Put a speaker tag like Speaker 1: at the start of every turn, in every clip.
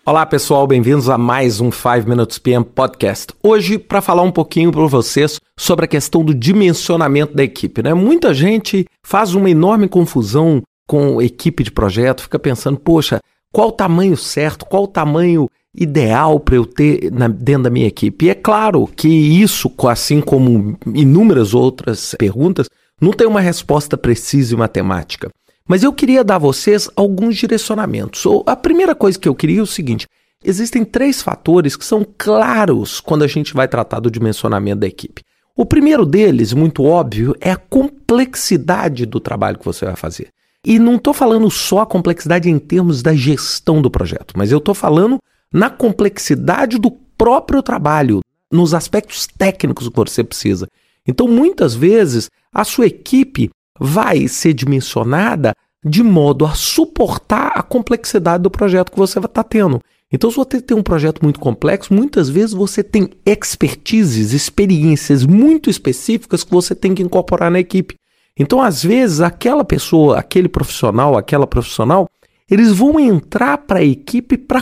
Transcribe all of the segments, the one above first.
Speaker 1: Olá pessoal, bem-vindos a mais um 5 Minutes PM Podcast. Hoje, para falar um pouquinho para vocês sobre a questão do dimensionamento da equipe, né? Muita gente faz uma enorme confusão com equipe de projeto, fica pensando, poxa, qual o tamanho certo, qual o tamanho ideal para eu ter dentro da minha equipe? E é claro que isso, assim como inúmeras outras perguntas, não tem uma resposta precisa e matemática. Mas eu queria dar a vocês alguns direcionamentos. A primeira coisa que eu queria é o seguinte: existem 3 fatores que são claros quando a gente vai tratar do dimensionamento da equipe. O primeiro deles, muito óbvio, é a complexidade do trabalho que você vai fazer. E não estou falando só a complexidade em termos da gestão do projeto, mas eu estou falando na complexidade do próprio trabalho, nos aspectos técnicos que você precisa. Então, muitas vezes, a sua equipe vai ser dimensionada de modo a suportar a complexidade do projeto que você vai estar tendo. Então, se você tem um projeto muito complexo, muitas vezes você tem expertises, experiências muito específicas que você tem que incorporar na equipe. Então, às vezes, aquela pessoa, aquele profissional, aquela profissional, eles vão entrar para a equipe para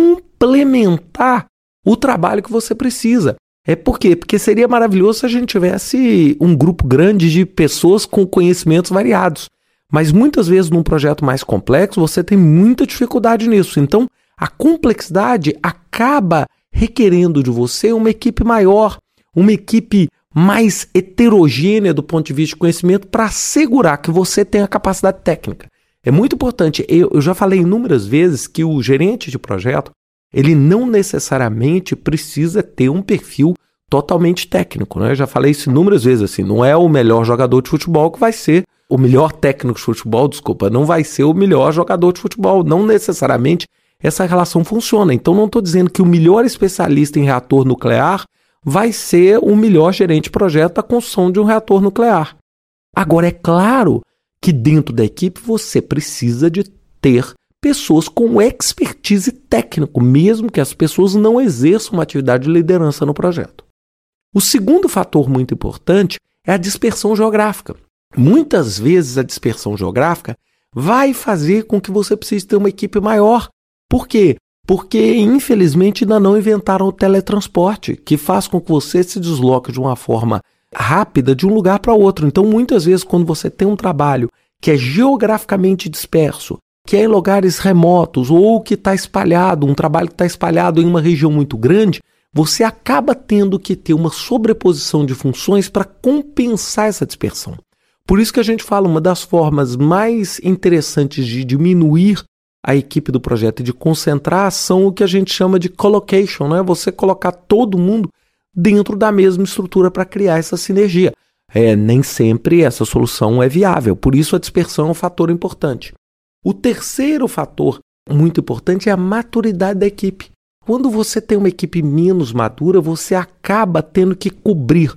Speaker 1: complementar o trabalho que você precisa. Por quê? Porque seria maravilhoso se a gente tivesse um grupo grande de pessoas com conhecimentos variados. Mas muitas vezes num projeto mais complexo você tem muita dificuldade nisso. Então a complexidade acaba requerendo de você uma equipe maior, uma equipe mais heterogênea do ponto de vista de conhecimento para assegurar que você tenha capacidade técnica. É muito importante. Eu já falei inúmeras vezes que o gerente de projeto ele não necessariamente precisa ter um perfil totalmente técnico, né? Eu já falei isso inúmeras vezes, assim, não é o melhor jogador de futebol que vai ser o melhor técnico de futebol, não vai ser o melhor jogador de futebol, não necessariamente essa relação funciona. Então não estou dizendo que o melhor especialista em reator nuclear vai ser o melhor gerente de projeto da construção de um reator nuclear. Agora, é claro que dentro da equipe você precisa de ter pessoas com expertise técnico, mesmo que as pessoas não exerçam uma atividade de liderança no projeto. O segundo fator muito importante é a dispersão geográfica. Muitas vezes a dispersão geográfica vai fazer com que você precise ter uma equipe maior. Por quê? Porque, infelizmente, ainda não inventaram o teletransporte, que faz com que você se desloque de uma forma rápida de um lugar para outro. Então, muitas vezes, quando você tem um trabalho que é geograficamente disperso, que é em lugares remotos ou que está espalhado, um trabalho que está espalhado em uma região muito grande, você acaba tendo que ter uma sobreposição de funções para compensar essa dispersão. Por isso que a gente fala, uma das formas mais interessantes de diminuir a equipe do projeto e de concentrar são o que a gente chama de collocation, né? Você colocar todo mundo dentro da mesma estrutura para criar essa sinergia. Nem sempre essa solução é viável, por isso a dispersão é um fator importante. O terceiro fator muito importante é a maturidade da equipe. Quando você tem uma equipe menos madura, você acaba tendo que cobrir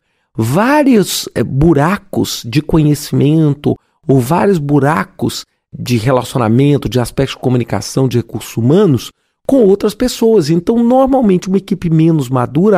Speaker 1: vários buracos de conhecimento ou vários buracos de relacionamento, de aspectos de comunicação, de recursos humanos com outras pessoas. Então, normalmente, uma equipe menos madura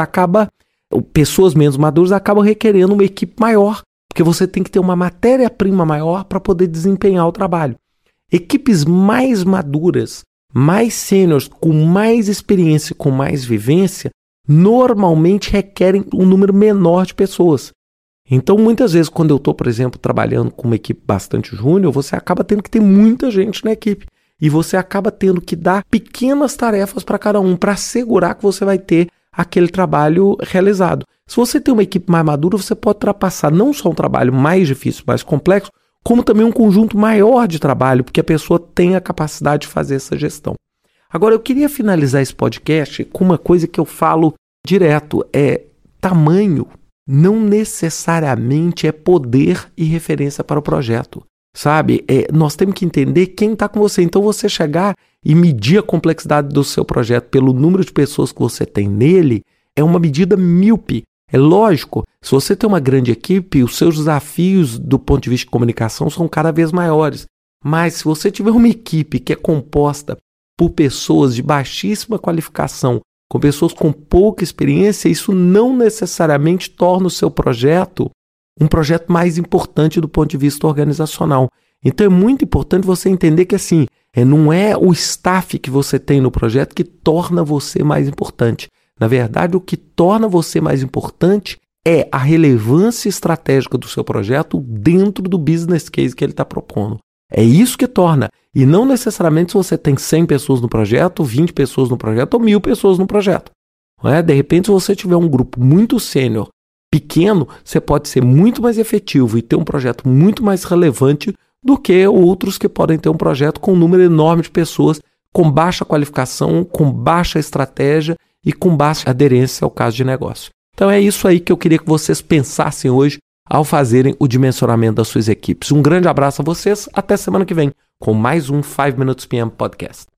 Speaker 1: pessoas menos maduras acabam requerendo uma equipe maior, porque você tem que ter uma matéria-prima maior para poder desempenhar o trabalho. Equipes mais maduras, mais sêniores, com mais experiência, com mais vivência, normalmente requerem um número menor de pessoas. Então, muitas vezes, quando eu estou, por exemplo, trabalhando com uma equipe bastante júnior, você acaba tendo que ter muita gente na equipe. E você acaba tendo que dar pequenas tarefas para cada um, para assegurar que você vai ter aquele trabalho realizado. Se você tem uma equipe mais madura, você pode ultrapassar não só um trabalho mais difícil, mais complexo, como também um conjunto maior de trabalho, porque a pessoa tem a capacidade de fazer essa gestão. Agora, eu queria finalizar esse podcast com uma coisa que eu falo direto, tamanho não necessariamente é poder e referência para o projeto, sabe? Nós temos que entender quem está com você. Então, você chegar e medir a complexidade do seu projeto pelo número de pessoas que você tem nele é uma medida míope. É lógico, se você tem uma grande equipe, os seus desafios do ponto de vista de comunicação são cada vez maiores. Mas se você tiver uma equipe que é composta por pessoas de baixíssima qualificação, com pessoas com pouca experiência, isso não necessariamente torna o seu projeto um projeto mais importante do ponto de vista organizacional. Então é muito importante você entender que assim, Não é o staff que você tem no projeto que torna você mais importante. Na verdade, o que torna você mais importante é a relevância estratégica do seu projeto dentro do business case que ele está propondo. É isso que torna. E não necessariamente se você tem 100 pessoas no projeto, 20 pessoas no projeto ou 1.000 pessoas no projeto. Não é? De repente, se você tiver um grupo muito sênior, pequeno, você pode ser muito mais efetivo e ter um projeto muito mais relevante do que outros que podem ter um projeto com um número enorme de pessoas, com baixa qualificação, com baixa estratégia e com baixa aderência ao caso de negócio. Então é isso aí que eu queria que vocês pensassem hoje ao fazerem o dimensionamento das suas equipes. Um grande abraço a vocês, até semana que vem com mais um 5 Minutes PM Podcast.